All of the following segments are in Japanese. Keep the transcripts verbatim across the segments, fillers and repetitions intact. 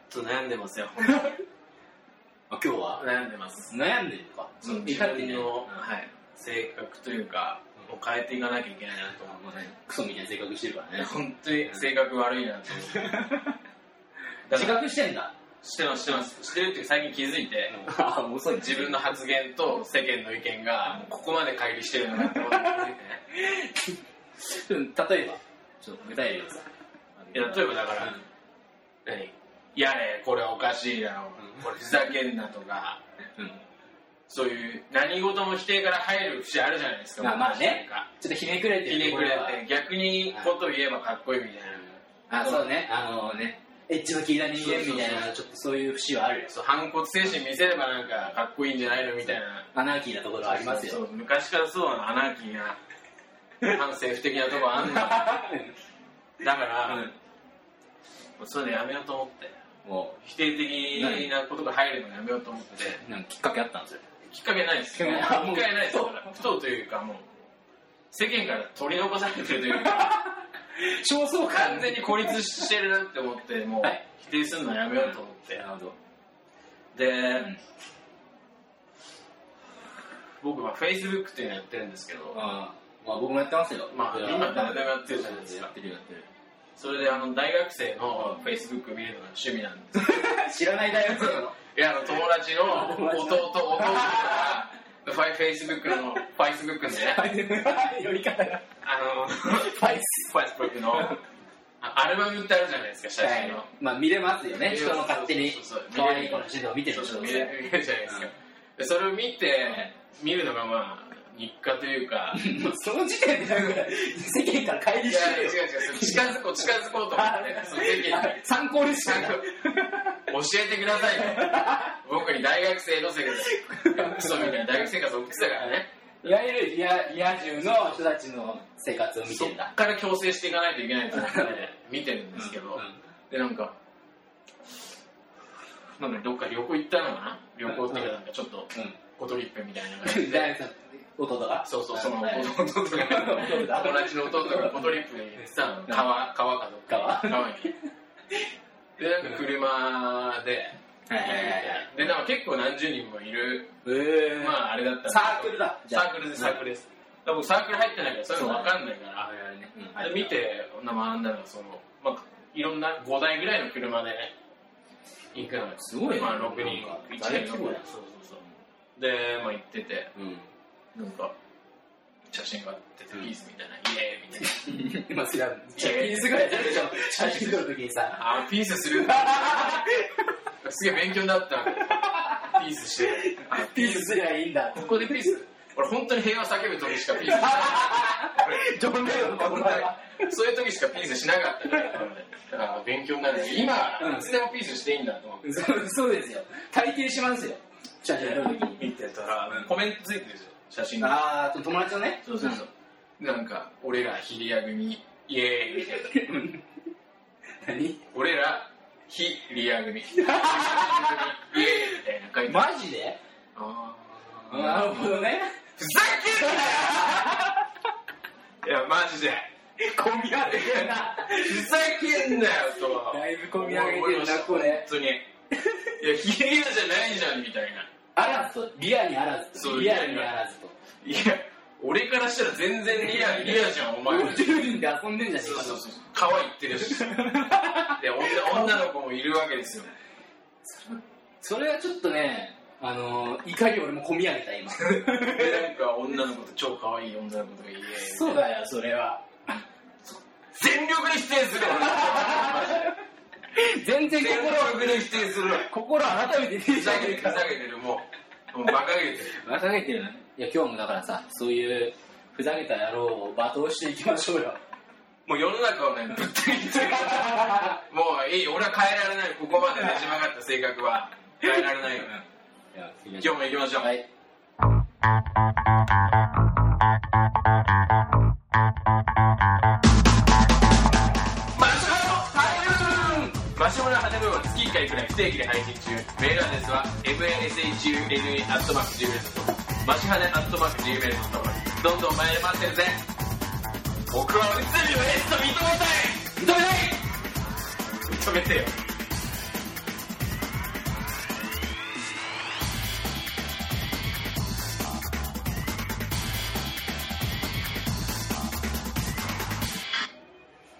と悩んでますよあ、今日は悩んでます悩んでるのか。 その自分の、はい、性格というかもう変えていかなきゃいけないなと思って、ね、 クソみたいな性格してるからね。 本当に性格悪いなって自覚してんだ。 してますしてますしてるって最近気づいて、 あ、もう遅い。 自分の発言と世間の意見がここまで乖離してるのかってことに気づいてね例えばちょっと具体例をさ。 いや例えばだから、うん、何やれこれはおかしいだろ、うん、これふざけんなとか、うん、そういう何事も否定から入る節あるじゃないですか。 まあまあね、ちょっとひねくれてるひねくれて逆にことを言えばかっこいいみたいな、 あ、そうね、あのね、エッジの効いた人間みたいな、ちょっとそういう節はあるよ。 そう、反骨精神見せればなんかかっこいいんじゃないのみたいなアナーキーなところはありますよ。 そうそう、昔からそうなアナーキーな反政府的なところあんのだから、うん、それやめようと思って、もう否定的なことが入るのやめようと思って。 なんかきっかけあったんですよ。 きっかけないですよ。きっかけないですよ。ふとというかもう世間から取り残されてるというか焦燥感完全に孤立してるなって思って、もう否定するのやめようと思って、 なるほど。 で、うん、僕は Facebook っていうのやってるんですけど、 あ、まあ、僕もやってますよ。 まあ今誰でもやってるじゃないですか。 やってるやってる。それであの大学生の Facebook 見るのが趣味なんです知らない大学生のいや、あの友達の弟弟がFacebook の Facebook のね呼び方があの Facebook のアルバムってあるじゃないですか、写真の、はい、 まあ見れますよね、人の勝手に可愛い子の写真を見てる人見れるじゃないですか、うん、それを見て見るのがまあ日課というかその時点でなんか世間から乖離してるよ。 いや違う違う、近づこう近づこうと思ってその世間に参考にしてる教えてくださいね僕に大学生の世界クソみたいな大学生活を送ってたからね。 いわゆるリア、リア充の人たちの生活を見てるんだ。 そっから強制していかないといけないと思って見てるんですけど、うんうん、でなんかなんかどっか旅行行ったのかな、旅行っていうかなんかちょっとコトリップみたいな感じで弟がそうそう、その弟が友達の弟がコトリップに行ってたの、川川かどっか川にでなんか車ででなんか結構何十人もいる、えー、まああれだったサークルだサークルでサークルです。僕サークル入ってないからそういうの分かんないから、で見て学んだのがその、まあ、いろんなごだいぐらいの車で行くのがすごい、まあ、ろくにんいちだいのそうそうそうで、まあ、行ってて、うん、なんか写真が出てピースみたいな、イエーイみたいな今すらピースぐらいやるでしょ写真撮るときにさあピースするんだすげえ勉強になったピースしてピースすりゃいいんだここでピース俺本当に平和叫ぶ時しかピースしないジョン・レイのこそういう時しかピースしなかったからだから勉強になる今いつでもピースしていいんだと思って、 うん、そうですよ体験しますよ写真撮る時に見てたら、うん、コメントついてるんですよ写真ああ友達のねそうそうそう、うん、なんか俺らヒリア組イエーイみたいな何俺らヒリア組イエーイみたいな書いてマジでああなるほどねふざけんなよいやマジで込み上げてるなふざけんなよとだいぶ込み上げてるなこれ本当にいやヒリアじゃないじゃんみたいなあらずとリアにあらずとリアにあらずといや俺からしたら全然リアリアじゃんお前ごじゅうにんで遊んでんじゃねえかそうそうそう川行ってるしで 女, 女の子もいるわけですよそれはちょっとねあのー、怒り俺も込み上げた今でなんか女の子と超可愛い女の子とか言えそうだよそれは全力に否定する全然心をに否定する心改めてふざけてるふざけてるもうもうバカげてるバカげてるねいや今日もだからさそういうふざけた野郎を罵倒していきましょうよもう世の中をねぶった切ってもういい俺は変えられないここまでねじ曲がった性格は変えられないよね今日も行きましょうはいマシュマロハネムーンは月いっかいくらい不定期で配信中メールアドレスは マシュハネ アットマーク ジーメールドットコム マシュハネ アットマーク ジーメールドットコム どんどん前で待ってるぜ僕は宇宙のエースと認めたい認めたい認めてよ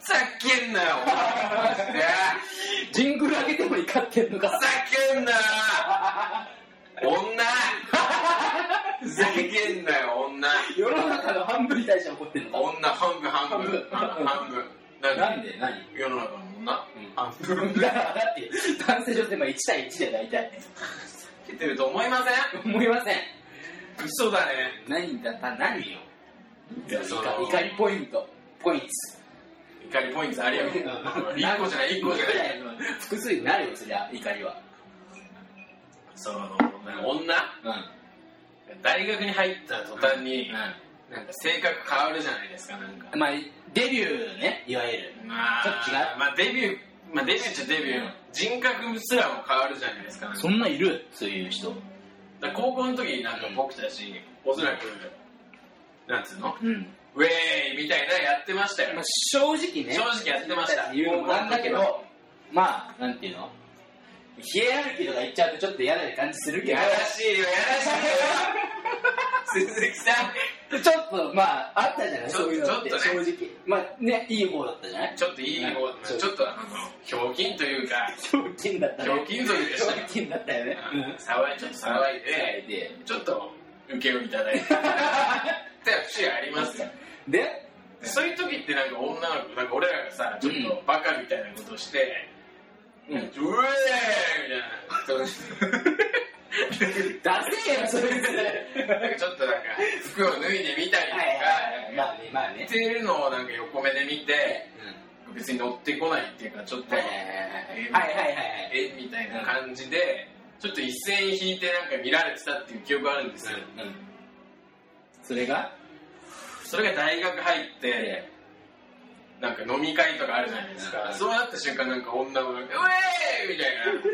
けんなよマジでジングル上げても怒ってんのか。 ふざけんな女ふざけんなよ女。 世の中の半分に対して怒ってんのか。 女半分半分半分。 なんで何世の中の女、うん、半分だからだって男性女性いち対いちで大体ふざけてると思いません。 思いません。 嘘だね。 何だった何よ。 いやその怒りポイントポイント怒りポイントあるよ。いっこじゃないいっこじゃない複数になるよそりゃ怒りは。 その女、 うん、 大学に入った途端に、うん、なんか性格変わるじゃないですか。なんかまあデビューね、いわゆる、 まあ、 ちょっと違う。 まあデビュー、まあデビューっちゃデビュー、うん、人格すらも変わるじゃないですか。なんかそんないるそういう人。 だ高校の時なんか僕たち、うん、おそらくなんつうの、うん、ウェーイみたいなやってましたよ。 まあ、正直ね。 正直やってました。 言うのもなんだけど、まあなんていうの。ヒエラルキーとか言っちゃうとちょっと嫌な感じするけど。 やらしいよ、やらしいよ。鈴木さん。 ちょっとまああったじゃない。そういうのって正直。 ね、 まあねいい方だったじゃない。 ちょっといい方、まあ、ちょっとあのひょうきんというか。 ひょうきんだったね。 ひょうきん族でした。 ひょうきんだったよね。 騒いちょっと騒いで、ちょっと受けをいただいて。って節がありますよ。 で、 そういう時ってなんか女の子なんか俺らがさちょっとバカみたいなことして。うん、うえーみたいなダセえよそれなんかちょっとなんか服を脱いでみたりとか、 まあねまあねっていうのをなんか横目で見て、うん、別に乗ってこないっていうかちょっとはいはいはいえみたいな感じで、うん、ちょっと一線引いてなんか見られてたっていう記憶があるんですよ、 うんうん、それがそれが大学入って、なんか飲み会とかあるじゃないですか。そうなった瞬間なんか女の子がうえーみたいなうー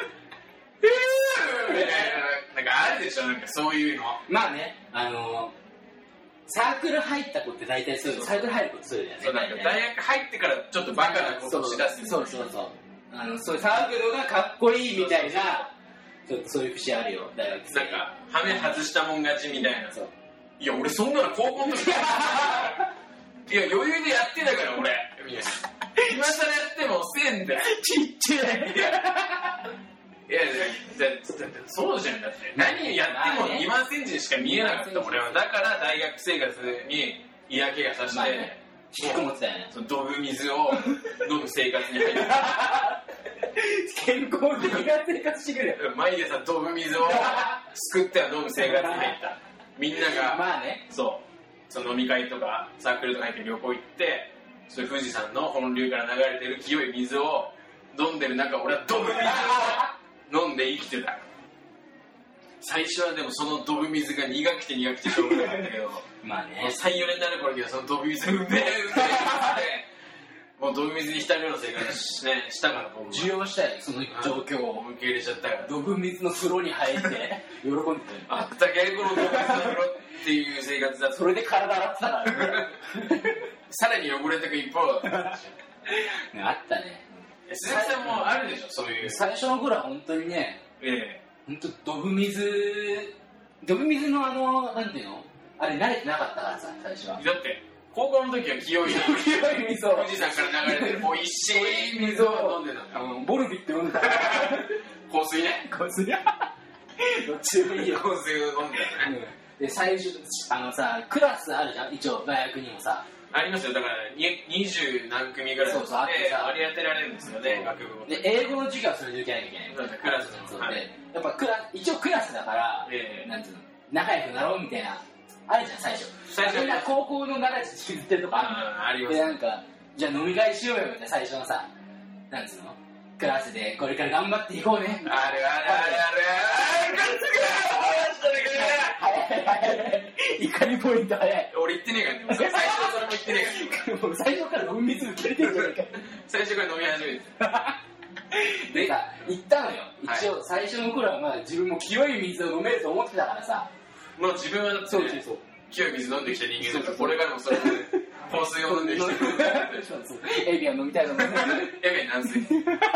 みたいななんかあるでしょ。なんかそういうの。 まあねあのー、サークル入った子って大体そういうサークル入る子ってそうだよね。 そうなんか大学入ってからちょっとバカなことをしだす。 そうそうそうあのそういうサークルがかっこいいみたいなちょっとそういう節あるよ大学生。 なんか羽目外したもん勝ちみたいな。そういや俺そんなの高校の時いや余裕でやってたから俺今更やっても遅えんだよちっちゃいいやだってそうじゃん。だって何やってもにばん煎じにしか見えなかった俺は。だから大学生活に嫌気がさして、まあね、 引きこもってたよね。 そのドブ水を飲む生活に入った健康的な生活してくれよ毎朝ドブ水をすくっては飲む生活に入ったみんながまあねそうその飲み会とかサークルとか入って旅行行ってそれ富士山の本流から流れてる清い水を飲んでる中俺はドブ水を飲んで生きてた。最初はでもそのドブ水が苦くて苦くてしょうがなかったけどまあねさん、よねんになる頃にはそのドブ水うめえうめえもうドブ水に浸るような生活し、ね、したから僕需要したよその状況を受け入れちゃったからドブ水の風呂に入って喜んであったけえこのドブ水の風呂っていう生活だった。 それで体洗ってたからねさらに汚れてく一方だったねあったね。 鈴木さんもあるでしょそういう。 最初の頃は本当にねええ本当ドブ水ドブ水のあのなんていうのあれ慣れてなかったからさ最初は。 だって高校の時は清い清い水を富士山から流れてるおいしい水を飲んでたんだよ。 ボルビット飲んでた香水ね香水どっちでもいいよ香水を飲んでたね、 うん、で最初あのさクラスあるじゃん一応大学にもさありますよ。だから二十何組ぐらいで割り当てられるんですよね学部で英語の授業はそれで受けなきゃいけないクラスのそうで、はい、やっぱクラ一応クラスだから、えー、なんていうの仲良くなろうみたいなあるじゃん最初最初みんな高校の中で引きずってるとかあるでなんかじゃあ飲み会しようよって最初のさなんつうのクラスでこれから頑張っていこうねあるあるあるある怒りポイント早い。 俺言ってねえからね最初それも言ってねえからもう最初から飲み水受けれてるじゃないか最初から飲み始めてでさ言ったのよ一応最初の頃はまあ自分も清い水を飲めると思ってたからさまあ自分はだって、ね、 そうそうそう清い水飲んできた人間だからこれからもそれで香水を飲んできてエビアン飲みたいの飲むエビアン軟水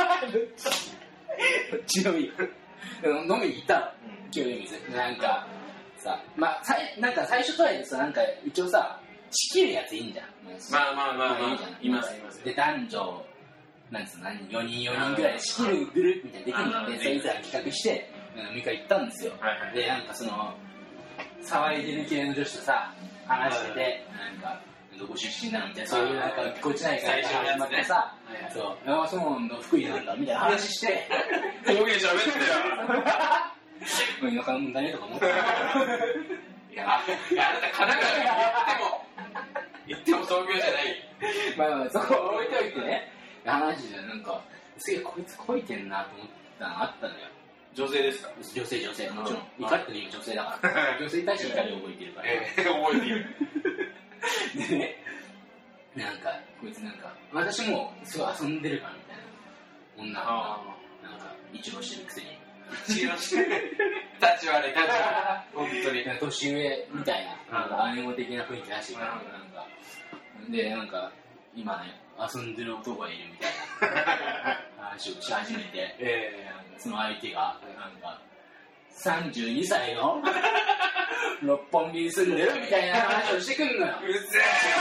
血飲み飲みに行ったの清い水なんかさまあさいなんか最初とはいえさなんか一応さ仕切るやついいんじゃん。 まあまあまあまあ、いますいます。 で、男女、なんつうの、何、よにんよにんぐらいで仕切るグループみたいなできるので、そいつら企画して、飲み会行ったんですよ。で、なんかその、騒いでる系の女子とさ、話してて、なんか、どこ出身なのみたいな、そういうなんか、こっちないから始まってさ、そう、ああ、そうなんだ、福井なんだ、みたいな話して、 方言喋ってよ。 田舎なんだねとか思って。いや、あなた神奈川に行っても、行っても東京じゃない。 まあまあ、そこ置いといてね、話じゃなんか、すげえこいつこいてんなと思ったのあったのよ。 女性ですか？ 女性女性、もちろん。怒ってる女性だから。女性に対して怒りを覚えてるから。 ええ、覚えている。 でね、なんか、こいつなんか、私もすごい遊んでるからみたいな。女が、なんか、一応してるくせに。 一応してる。立ち悪い、立ち悪い。本当に。 年上みたいな、なんか、姉御的な雰囲気らしいから、なんか、で、なんか、今ね、遊んでる男がいるみたいな話をし始めて、えー、その相手が、なんか、さんじゅうにさいの六本木に住んでるみたいな話をしてくんのよ。 うぜ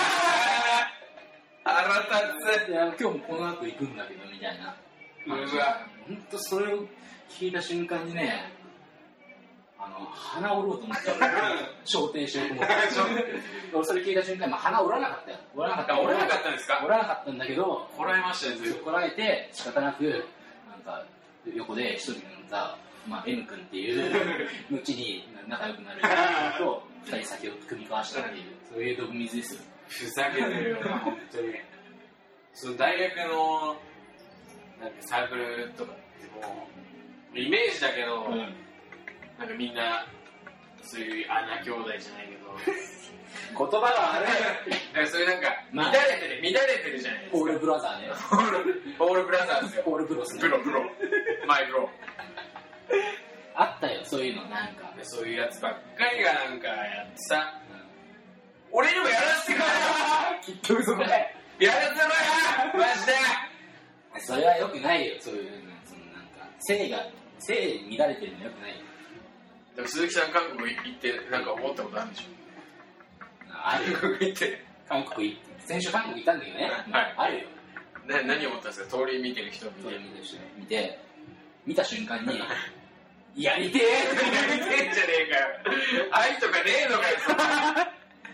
ー腹立つ。 いや、今日もこの後行くんだけど、みたいな。 うわ。 ほんとそれを聞いた瞬間にね、あの、鼻折ろうと思ったよ。昇天しようと思って。俺それ聞いた瞬間に、まあ、鼻折らなかったよ。折らなかった。 折らなかったんですか？ 折らなかったんだけど、 こらえましたね、 こらえて、仕方なく、なんか、横で一人のさ、まあ、M 君っていう後に仲良くなる人と二人先を組み交わしたっていう、そういう毒水ですよ。 ふざけてるよな、本当に。その大学のなんかサークルとかってもう、イメージだけど、うん、なんかみんな、そういう穴兄弟じゃないけど、 言葉が悪い。 そういうなんか、乱れてる、乱れてるじゃないですか。 ポールブラザーね。 ポールブラザーですよ。 ポールブロスね。 ブロ、ブロ。マイブロ。 あったよ、そういうの、なんか。 そういうやつばっかりがなんかやってさ、うん、俺にもやらせてくれよ結局そこで。 やらせてくれよマジでそれは良くないよ、そういう、そのなんか、性が、性乱れてるの良くないよ。 でも鈴木さん、韓国行って、なんか思ったことあるんでしょ？ あるよ。 韓国行って。 韓国行って。先週韓国行ったんだけどね。はい。あるよ。 な、何を思ったんですか？通り見てる人を見て。 通り見てる人見て、見た瞬間に、やりてーやりてーんじゃねえかよ。愛とかねえのかよ、そんな。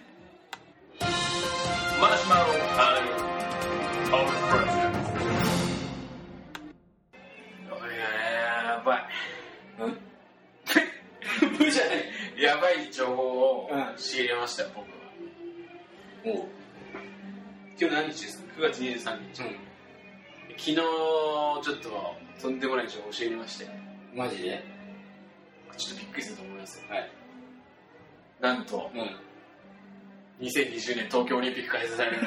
マシュマロ&オールプレゼント。やばい。 うん無じゃない。 やばい情報を仕入れましたよ、僕は。おう。今日何日ですか？くがつにじゅうさんにち。うん、昨日ちょっととんでもない情報を仕入れまして。 マジで？ ちょっとびっくりすると思いますよ。 はい。 なんと、うん、にせんにじゅうねん東京オリンピック開催される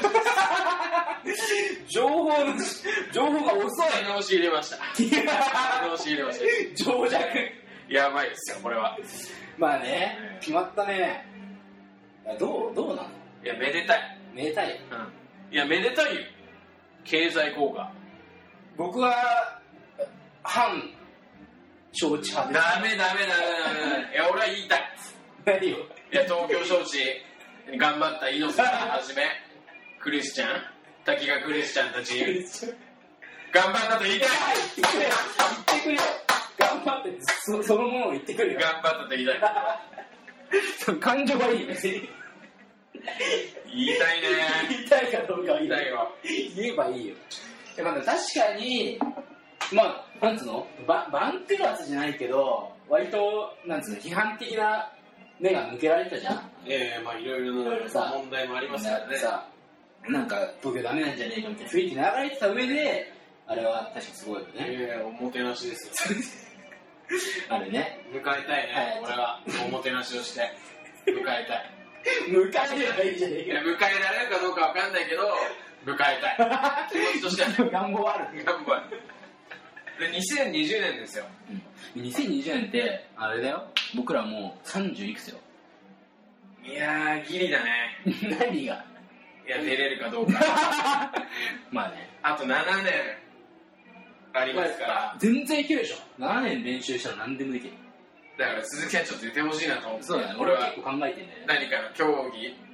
情報の情報が遅い。 昨日仕入れました。昨日仕入れました。 情弱。 やばいですよ、これは。 まあね、うん、決まったね。どう、どうなの？ いや、めでたい。 めでたい。 うん。いや、めでたいよ。経済効果。 僕は、反、招致派です。 ダメダメダメダメ。いや、俺は言いたい。 何よ。 いや、東京招致、頑張った猪瀬さんはじめ、クリスチャン、滝川クリスチャンたち、頑張ったと言いたい。 言ってくれよ。頑張ってそ、そのものを言ってくるよ。 頑張ったと言いたい。 その感情はいい別に。 言いたいね。 言いたいかどうかは言いたいよ。言えばいいよ。でまあ、確かに、まあ、なんつうのバ番狂わせじゃないけど、割と、なんつうの、批判的な目が向けられたじゃん。 ええー、まあいろいろな問題もありますからね。 さ、なんか、東京ダメなんじゃねえかみたいな雰囲気流れてた上で、あれは確かにすごいよね。 ええー、おもてなしですよ。 あれね。 迎えたいね、はい、俺は。おもてなしをして、迎えたい。 迎えればいいじゃねえか。 いや、迎えられるかどうかわかんないけど、迎えたい。気持ちとしては。 願望ある。 願望ある。で、にせんにじゅうねんですよ。 うん、にせんにじゅうねんって、あれだよ。僕らもうさんじゅういくつよ。 いやー、ギリだね。 何が？ いや、出れるかどうか。 まあね。 あとななねんありますから。 全然いけるでしょ。ななねん練習したら何でもできる。 だから鈴木さんちょっと出てほしいなと思って。 そうだね。俺は結構考えてんだよね。 何かの競技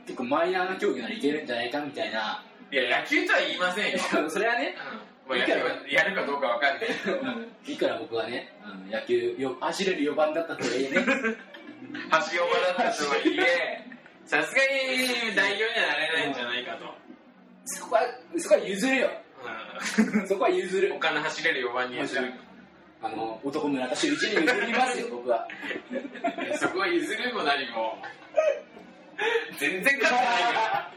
結構マイナーな競技ならいけるんじゃないかみたいな。 いや、野球とは言いませんよ。 それはね、 うん、もう野球はやるかどうかわかんないけど、 いくら僕はね、あの野球よ走れるよばんだったとはいえね、 走りよばだったとはいえ、さすがに代表にはなれないんじゃないかと。 そこは、そこは譲るよ。うん、そこは譲る。 他の走れるよばんに譲る。 あの、男村田修一に譲りますよ、僕は。 そこは譲るも何も。全然勝ってないから。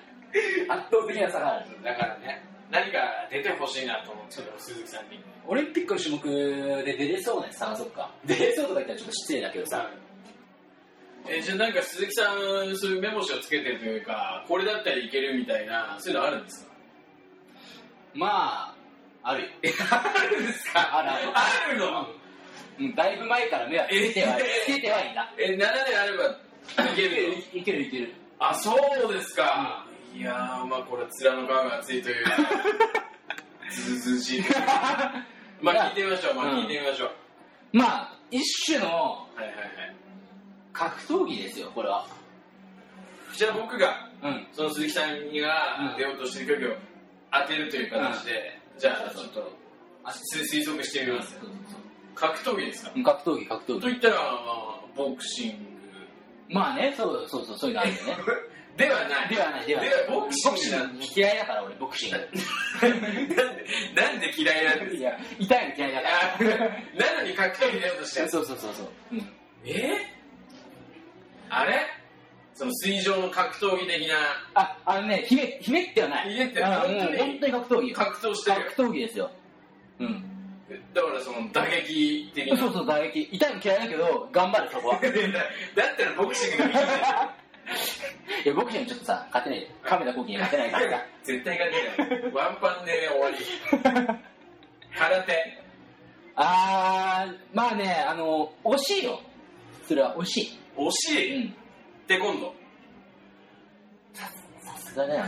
圧倒的な差がある。 だからね、何か出てほしいなと思って、鈴木さんに。 オリンピックの種目で出れそうなやつ探そうか。出れそうとか言ったらちょっと失礼だけどさ。 え、じゃあなんか鈴木さん、そういう目星をつけてるというか、これだったらいけるみたいな、そういうのあるんですか？ まあ、あるよ。 あるんですか？ あるある。 あるの？ うん、だいぶ前から目はつけては、つけてはいた。 え、ななねんあればいけるの？ いけるいける。 あ、そうですか。うん、いやー、まあこれは面の皮が厚いというか、ずうずうしい。まあ聞いてみましょう、まあ聞いてみましょう。 うん、まあ、一種の、 はいはいはい。 格闘技ですよ、これは。 じゃあ僕が、 うん、 その鈴木さんが出ようとしている競技を当てるという形で、うん、じゃあちょっと推測してみます。格闘技ですか？ 格闘技、格闘技。 といったら、まあ、ボクシング。 まあね、そうそうそう、そういうのあるよね。 ではない。 ではない、ではない。 ではボクシングなん嫌いだから俺、ボクシング。 なんで嫌いなんですか？ いや、痛いの嫌いだから。 なのに格闘技出ようとしてる。 そうそうそうそう。うん、 えーあれその水上の格闘技的な。 あ、あのね、ひね、ひねってはない。 ひねってはない。 本当に本当に格闘技。 格闘してる。 格闘技ですよ。うん。 だからその打撃的な。 そうそう、打撃。痛いの嫌いだけど、頑張る、そこは。 だったらボクシングがいいじゃん。 いや、ボクシングちょっとさ、勝てない。カメラコキに勝てないからさ。 絶対勝てない。ワンパンで終わり。空手。 あー、まあね、あの、惜しいよ。それは惜しい。 惜しい、うん、テコンドー。 さすがだよね。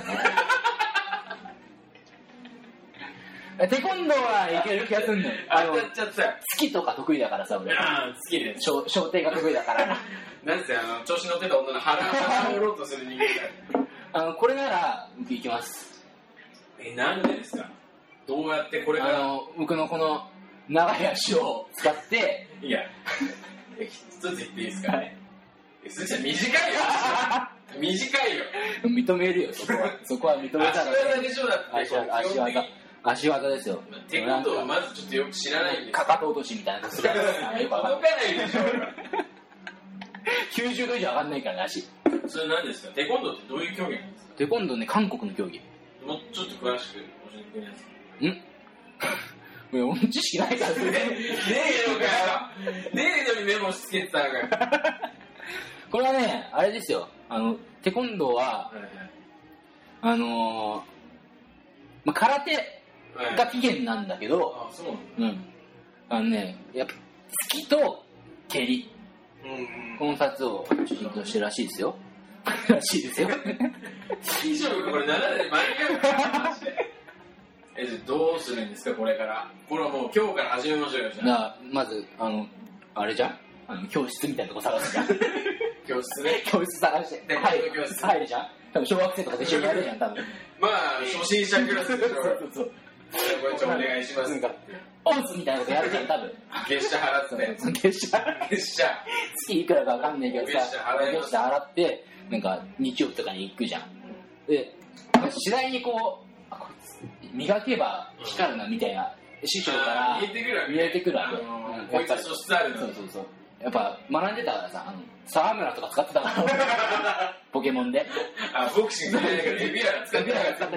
テコンドーはいける気がすんのよ。 あの、当たっちゃったよ。 好きとか得意だからさ、俺。 ああ、好きです。 小艇が得意だから。 なんせ、あの、調子乗ってた女の腹を折ろうとする人間あの、これなら、僕行きます。 え、なんでですか？どうやってこれから。 あの、僕のこの、長い足を使って、 いや、一つ言っていいですか？はい。鈴木さん短いよ。短いよ。 認めるよ、そこは。そこは認めたら。 足技でしょ、だって。 足技、足技。足技ですよ。 テコンドーはまずちょっとよく知らないんです。 かかと落としみたいなことする。 届かないでしょ。 きゅうじゅうど以上上がんないからね、足。 それ何ですか？テコンドーってどういう競技なんですか？ テコンドーね、韓国の競技。 もうちょっと詳しく教えてくれないですか？ ん俺知識ないからねえのかよ。ねえのにメモしつけてたのかよ。 これはね、あれですよ。あの、テコンドーは、はいはい、あのー、まあ、空手が起源なんだけど、 はい、あ、そうなんだ。 うん。あのね、やっぱ、突きと蹴り、うんうん、このふたつを中心としてるらしいですよ。らしいですよ。 大丈夫かこれななねんで間に合うかえ、じゃあどうするんですかこれから。これはもう今日から始めましょうよ、じゃあ。 まず、あの、あれじゃんあの教室みたいなとこ探すじゃん。 教室ね。 教室探して。 はい、教室。 入るじゃん多分小学生とかと一緒にやるじゃん、多分。 まあ、初心者クラスでしょ。 そうそう。 これちょっとお願いします。 なんか、オンスみたいなことやるじゃん、多分。 月謝払って。 月謝。 月謝。 月いくらかわかんないけどさ、 月謝払います。 月謝払って、なんか、日曜日とかに行くじゃん。で、次第にこう、あ、こいつ、磨けば光るな、みたいな、師匠から見えてくるわけ。 見えてくるわけ。 こいつ素質あるな。 そうそうそう。やっぱ学んでたからさ、あの沢村とか使ってたからポケモンで。 あ、ボクシングじゃないからエビアラ使ってなかった。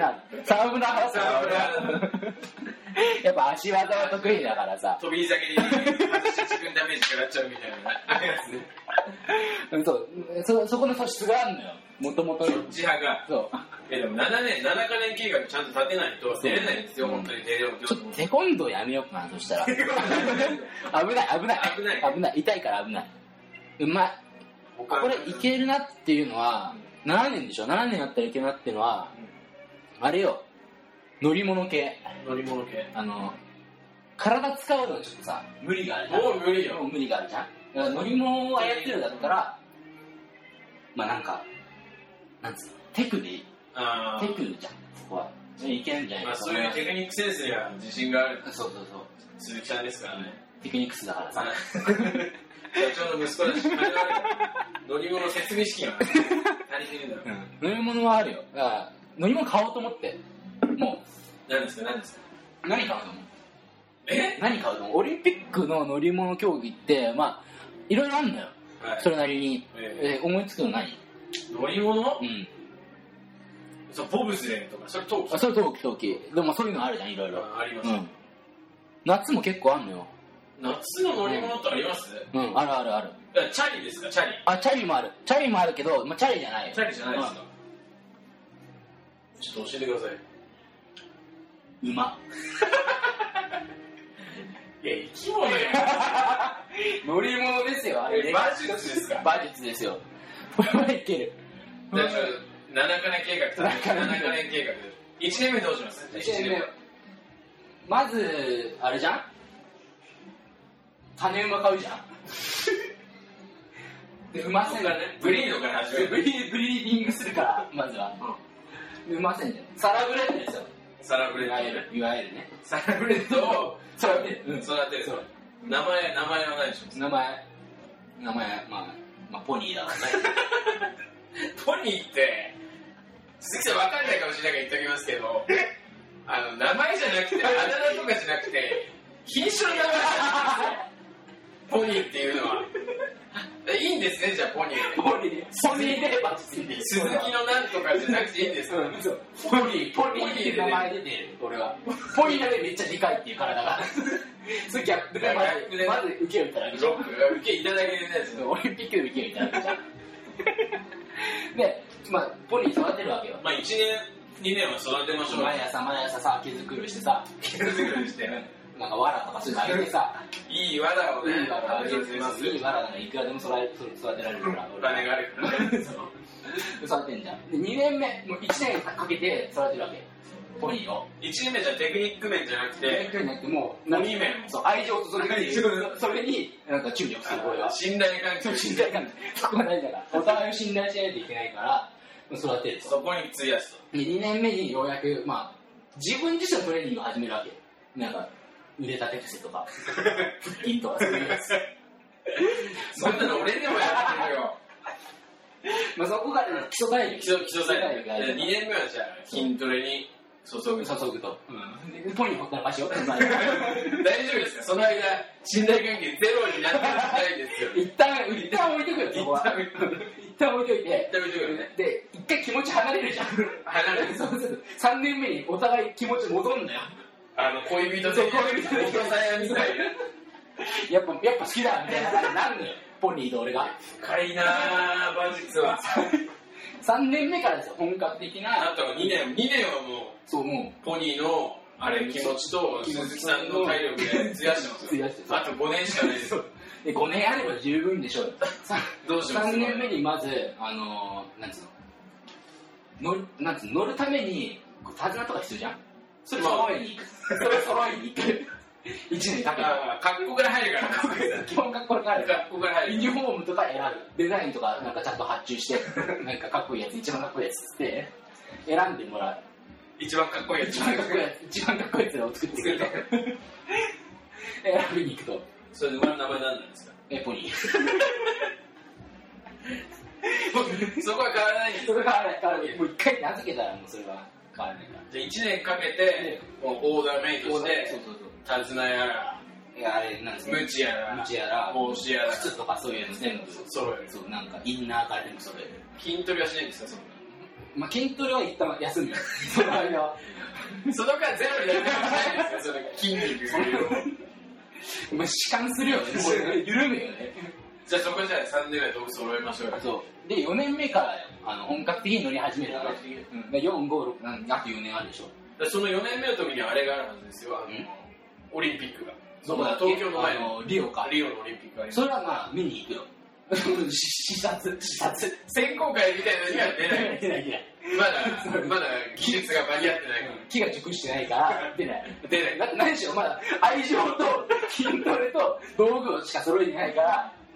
沢村派沢村やっぱ足技は得意だからさ。 飛び先に外して自分ダメージ食らっちゃうみたいなやつね。 そう、そ、そこの素質があるのよ。もともと。 そっち派が。 そう。 え、でもななねん、ななかねん計画ちゃんと立てないと出れないんですよ、本当に出れようと。ちょっとテコンドーやめようかな、そしたら。危ない、危ない。 危ない。 危ない。痛いから危ない。うまい。これいけるなっていうのは、ななねんでしょ ?なな 年やったらいけるなっていうのは、あれよ。乗り物系。 乗り物系。 あの、体使うのはちょっとさ、無理があるじゃん。 もう無理よ。 もう無理があるじゃん。だから乗り物を操るだったら、まあなんか、なんつうの、 テクでいい。 あテクじゃん、そこは。いけるんじゃないかな。 まあ、そういうテクニックセンスには自信がある。 そうそうそう。 鈴木さんですからね。 テクニックスだからさ。 社長の息子だし、金があるから。乗り物設備資金は足りてるんだろう。 乗り物はあるよ。だから乗り物買おうと思って。もう。 何ですか、何ですか。 何買うと思う？ え？ 何買うと思う？オリンピックの乗り物競技って、まあ、いろいろあるんだよ。はい、それなりに。えー、えー、思いつくの何？ 乗り物？ うん。 そう、ボブスレーとか、それ冬季。 あ、それ冬季、冬季。でもそういうのあるじゃん、いろいろ。 あ、あります、 うん。夏も結構あるのよ。 夏の乗り物ってあります？ うん、うん、あるあるある。 チャリですか、チャリ。 あ、チャリもある。チャリもあるけど、まあ、チャリじゃないよ。 チャリじゃないですか。うん、ちょっと教えてください。 馬。 いや、生き物や。 乗り物ですよ、あれ。 馬術ですか？ 馬術ですよ。これはいける。 じゃあ、ななかねん計画。ななかねん計画。いちねんめどうします？ いちねんめ。まず、あれじゃん？種馬買うじゃん。で、馬戦だね。 ブリードから始める。 ブリー、ブリーディングするから、まずは。うん、馬戦じゃん。サラブレッドですよ。 サラブレッド。 いわゆる、いわゆるね。 サラブレッドを育てる。 うん、育てる。名前、名前は何でしょう？ 名前、名前、まあ、まあ、ポニーだからね。 ポニーって、鈴木さん分かんないかもしれないから言っておきますけど、あの、名前じゃなくて、あだ名とかじゃなくて、品種の名前ポニーっていうのは。いいんですね、じゃあポニー。 ポニー。ポニーでバチついてる。 鈴木のなんとかじゃなくていいんですか？うん、そう。 ポニー、ポニーっていう名前出てる、俺は。ポニーだけめっちゃでかいっていう体が。それギャップでまず、まず受けをいただけじゃん。 受けいただけるやつ。 オリンピックで受けをいただけじゃん。で、まあ、ポニー育てるわけよ。 まあ、いちねん、にねんは育てましょう。 毎朝毎朝さ、毛づくろいしてさ、 毛づくろいして、 なんか藁とかそういうのあげてさ、 いい藁をね、 いい藁あげてます。いい藁なんかいくらでも育てられるから。 お金があるからね。 育てんじゃん。で、にねんめ、もういちねんかけて育てるわけ。ポニーを。 いちねんめじゃテクニック面じゃなくて、 テクニック面じゃなくて、もう、 ポニー面。 そう、愛情を注ぐっていう、それに、なんか注力する、これは。 信頼関係。 信頼関係。そこが大事だから。お互いを信頼しないといけないから、育てると。 そこに費やすと。 にねんめにようやく、まあ、自分自身のトレーニングを始めるわけ。なんか、腕立て伏せとか、腹筋とかそういうやつ。 そんなの俺でもやってるよ。 まあそこから基礎体力。 基礎基礎体力。にねんめはじゃあ筋トレに注ぐ。 注ぐと。うん。ポニーほったらかしよ。大丈夫ですか？その間、信頼関係ゼロになってないですよ。 一旦、一旦置いとくよ、そこは。一旦置いといて。 一旦置いとくよね。 で、一回気持ち離れるじゃん。 離れる。 そうする。さんねんめにお互い気持ち戻るんだよ。 あの、恋人と恋人でお父さんやみたいな。 やっぱ、やっぱ好きだみたいな感じになるのよ。ポニーと俺が。 深いなぁ、馬術は。 さんねんめからですよ、本格的な。 あとにねん、にねんはもう、 そう、もう、ポニーの、あれ、気持ちと、鈴木さんの体力で費やしてますよ。 費やしてあとごねんしかないですよ。 で、ごねんあれば十分でしょうよ。 どうしますか？ さんねんめにまず、あのー、なんつうの、乗る、なんつうの、乗るために、手綱とか必要じゃん。それ揃えに行く。それ揃えに行く。一年かけて。 格好から入るから。 基本格好から入る。 格好から入る。 ユニフォームとか選ぶ。デザインとかなんかちゃんと発注して、なんかかっこいいやつ、一番かっこいいやつって選んでもらう。 一番かっこいいやつ。 一番かっこいいやつ。一番かっこいいやつを作ってくれて。選びに行くと。 それで馬の名前何なんですか？ え、ポニー。 そこは変わらないんですか？そこは変わらない。変わらない。もう一回名付けたらもうそれは変わらないから。 じゃあいちねんかけて、もうオーダーメイドして、 そうそうそう。 手綱やら、 いやあれなんですか、 ムチやら、 ムチやら、 帽子やら、 靴とかそういうの全部揃える。 そう、なんかインナーから全部揃える。 筋トレはしないんですか、そんな。 まあ筋トレは一旦休むよ。その間は。 その間ゼロになるわけじゃないですか、その筋肉。 まあ弛緩するよね。緩むよね。 じゃあそこじゃあさんねんめ道具揃えましょうよ。 そう。で、よねんめからあの本格的に乗り始めるから。うん、よん、ご、ろく、あとよねんあるでしょ。 そのよねんめの時にあれがあるはずですよ。あのオリンピックが。 どこだっけ？ 東京の前のリオか。 リオのオリンピックがあります。 それはまあ見に行くよ。視察、視察。 選考会みたいなのには出ない。 出ない出ない。 まだ、まだ技術が間に合ってないから。 木が熟してないから、出ない。 出ない。 だって何しろまだ愛情と筋トレと道具をしか揃えてないから、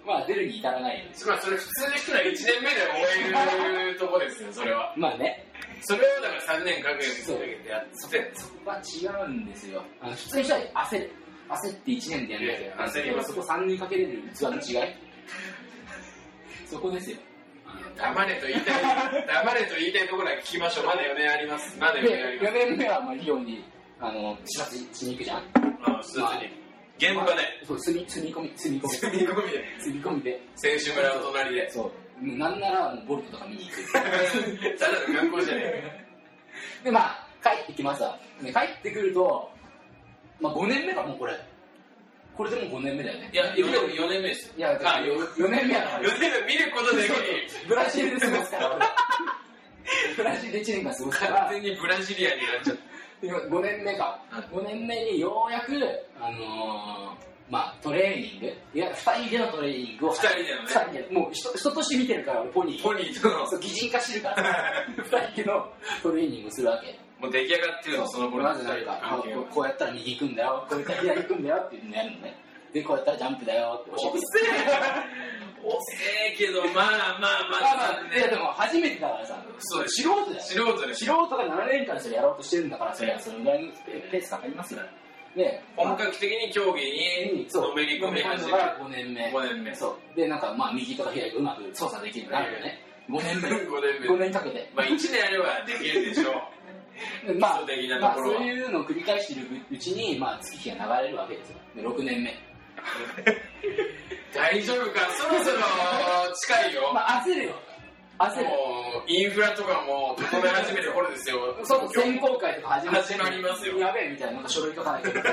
まあ出るに至らないよね。 まあそれ普通の人はいちねんめで終えるとこですよ、それは。 まあね。 それをだからさんねんかけてやってそこは違うんですよ。あの普通の人は焦る。焦っていちねんでやるんだけど、焦ります。そこさんねんかけれる器の違いそこですよ。 黙れと言いたい、黙れと言いたいところは聞きましょう。まだよねんあります。まだよねんあります。 よねんめはまあリオにあの視察しに行くじゃん。 ああ、視察に。現場で。 そう、住み込み、住み込み。 住み込みで。 住み込みで。 選手村の隣で。 そう。なんならもうボルトとか見に行く。 ただの観光じゃねえか。で、まあ、帰ってきました。帰ってくると、まあごねんめかもうこれ。これでもごねんめだよね。 いや、よねんめですよ。 いや、あ、よねんめやから。 よねんめ見ることでブラジルで過ごすから、ブラジルでいちねんかん過ごすから。 完全にブラジリアンになっちゃった。 ごねんめか。ごねんめにようやく、あのー、まあトレーニング、いや、ふたりでのトレーニングを。 ふたりでのね。 ふたりで。もう人、人として見てるから、俺ポニー。 ポニーとの。 そう、擬人化してるから。ふたりでのトレーニングをするわけ。 もう出来上がってるの、その頃。 まずなんか、こうやったら右行くんだよ、こうやったら左行くんだよっていうのやるのね。で、こうやったらジャンプだよって教えて。 遅えけど、まあまあまあ、 まあ、いやでも初めてだからさ、 そうです。 素人だよ。 素人で素人がななねんかんそれやろうとしてるんだから、それはそのぐらいのペースかかりますよ。で、 本格的に競技にのめり込み始めたごねんめ。 ごねんめ。 そう。で、なんかまあ右とか左とかうまく操作できるようになるよね。ごねんめ。 ごねんめ。 ごねんかけて。 まあいちねんあればできるでしょう。 まあ、まあそういうのを繰り返しているうちに、まあ月日が流れるわけですよ。で、ろくねんめ。 大丈夫か、そろそろ近いよ。 まあ焦るよ。焦る。 もうインフラとかも整え始める頃ですよ。 そう、選考会とか始ま始まりますよ。 やべえみたいな、なんか書類書かなきゃいけない。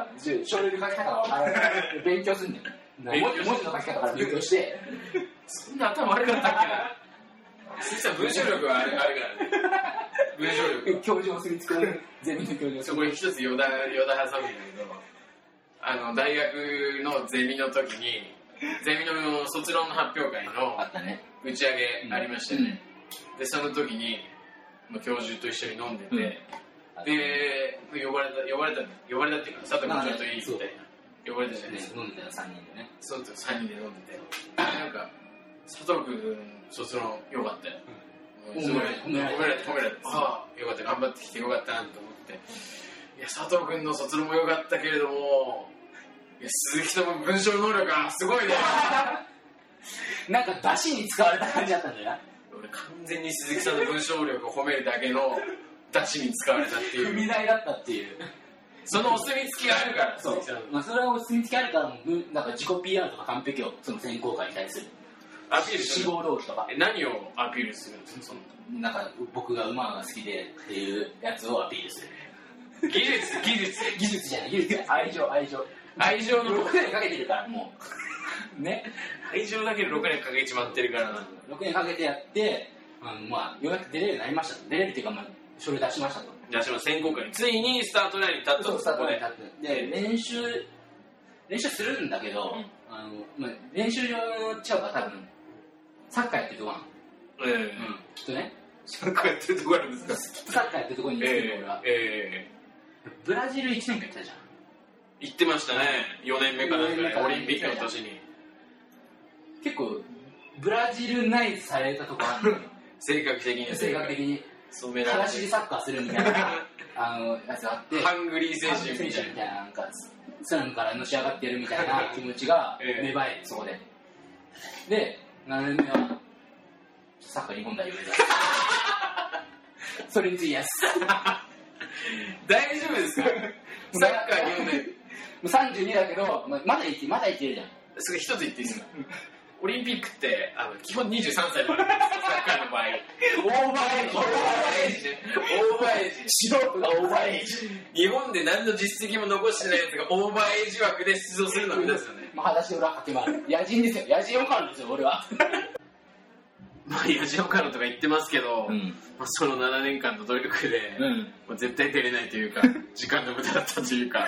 書類の書き方が分からない。勉強すんねん。文字の書き方から勉強して。 そんな頭悪かったっけな。実は文章力はあるからね。文章力。 教授をすりつける。ゼミの教授をそこに一つ余談、余談挟むんだけど、あの、大学のゼミの時に、ゼミの卒論の発表会の打ち上げありましたよね。で、その時に、教授と一緒に飲んでて、で、呼ばれた、呼ばれた、呼ばれたっていうか、佐藤君ちょっといいみたいな。呼ばれたじゃないですか。 飲んでたよ、さんにんでね。 そうですよ、さんにんで飲んでて。なんか、佐藤君、卒論よかったよ。 褒められた、 褒められた、褒められた。ああ、よかった、頑張ってきてよかったなと思って。いや、佐藤君の卒論もよかったけれども、いや、鈴木とも文章能力がすごいね。 なんか出汁に使われた感じだったんだよな。 俺完全に鈴木さんの文章力を褒めるだけの出汁に使われたっていう。 踏み台だったっていう。 そのお墨付きがあるから。 そう。まあそれはお墨付きあるから、なんか自己 ピーアール とか完璧をその選考会に対する。 アピールする。 志望動機とか。 何をアピールするんですか、その。 なんか僕が馬が好きでっていうやつをアピールする。 技術、技術。 技術じゃない、技術。愛情、愛情。 愛情のろくねんかけてるから、もう。ね。 愛情だけでろくねんかけちまってるからな。 ろくねんかけてやって、あのまあ、ようやく出れるようになりました。出れるっていうか、まあ、書類出しましたと。 出しました。選考会に。ついにスタートラインに立ったと。 そう、スタートラインに立って。で、練習、練習するんだけど、うん、あの、まあ、練習場の近くは多分、サッカーやってるとこなの。 ええー。 うん、きっとね。 サッカーやってるとこあるんですか。 きっとサッカーやってるとこにいるんですよ、俺は。 ええー。ブラジルいちねんか行ったじゃん。 行ってましたね。よねんめかなんかね、オリンピックの年に。 結構、ブラジルナイズされたとこあるのよ。 性格的に。 性格的に。 染められて。 裸足でサッカーするみたいな、あの、やつがあって。 ハングリー精神みたいな、なんか、スラムからのし上がってやるみたいな気持ちが芽生える、そこで。で、ななねんめは、サッカー日本代表でそれについてやす。 大丈夫ですか。サッカー日本代表。 さんじゅうにだけど、まだいけ、まだいけるじゃん。 それ一つ言っていいですか。オリンピックってあの基本にじゅうさんさいまでです。サッカーの場合。 オーバーエイジ。オーバーエイジ。 オーバーエイジ。 素人がオーバーエイジ。 日本で何の実績も残してないやつがオーバーエイジ枠で出場するのを目指すよね。 まあ裸足で裏駆け回る。野人ですよ。野人を狩るんですよ、俺は。 まあ野人を狩るとか言ってますけど、 うん、 まあ、そのななねんかんの努力で、 うん、 まあ、絶対出れないというか、時間の無駄だったというか。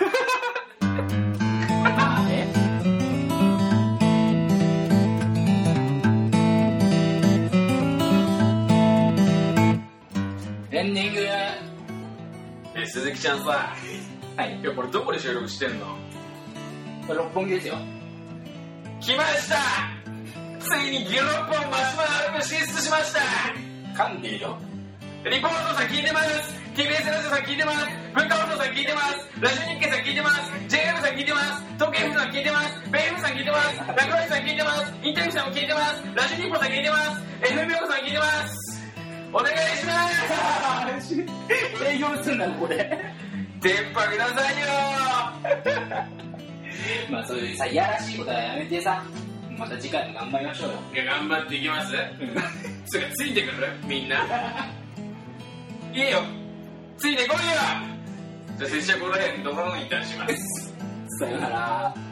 まあね。エンディング。 え、鈴木ちゃんさ、 はい。 いやこれどこで収録してんの？ これ六本木ですよ。 来ました。ついにギロッポンマシュマロアルバム進出しました。 噛んでるよ。 リポートさん聞いてます。 ティービーエス ラジオさん聞いてます。文化放送さん聞いてます。ラジオ日経さん聞いてます。 ジェイエム さん聞いてます。東京 F さん聞いてます。ベイ エム さん聞いてます。ラクロイさん聞いてます。インテリさんも聞いてます。ラジオ日報さん聞いてます。 エフエム 横さん聞いてます。お願いします。 営業するんだこれ。 電波くださいよ。 まあそういうさいやらしいことはやめてさ、また次回も頑張りましょうよ。 いや頑張っていきます。それついてくるみんな。いいよついてこいよ。じゃあ拙者この辺どこにいたします。 さよなら。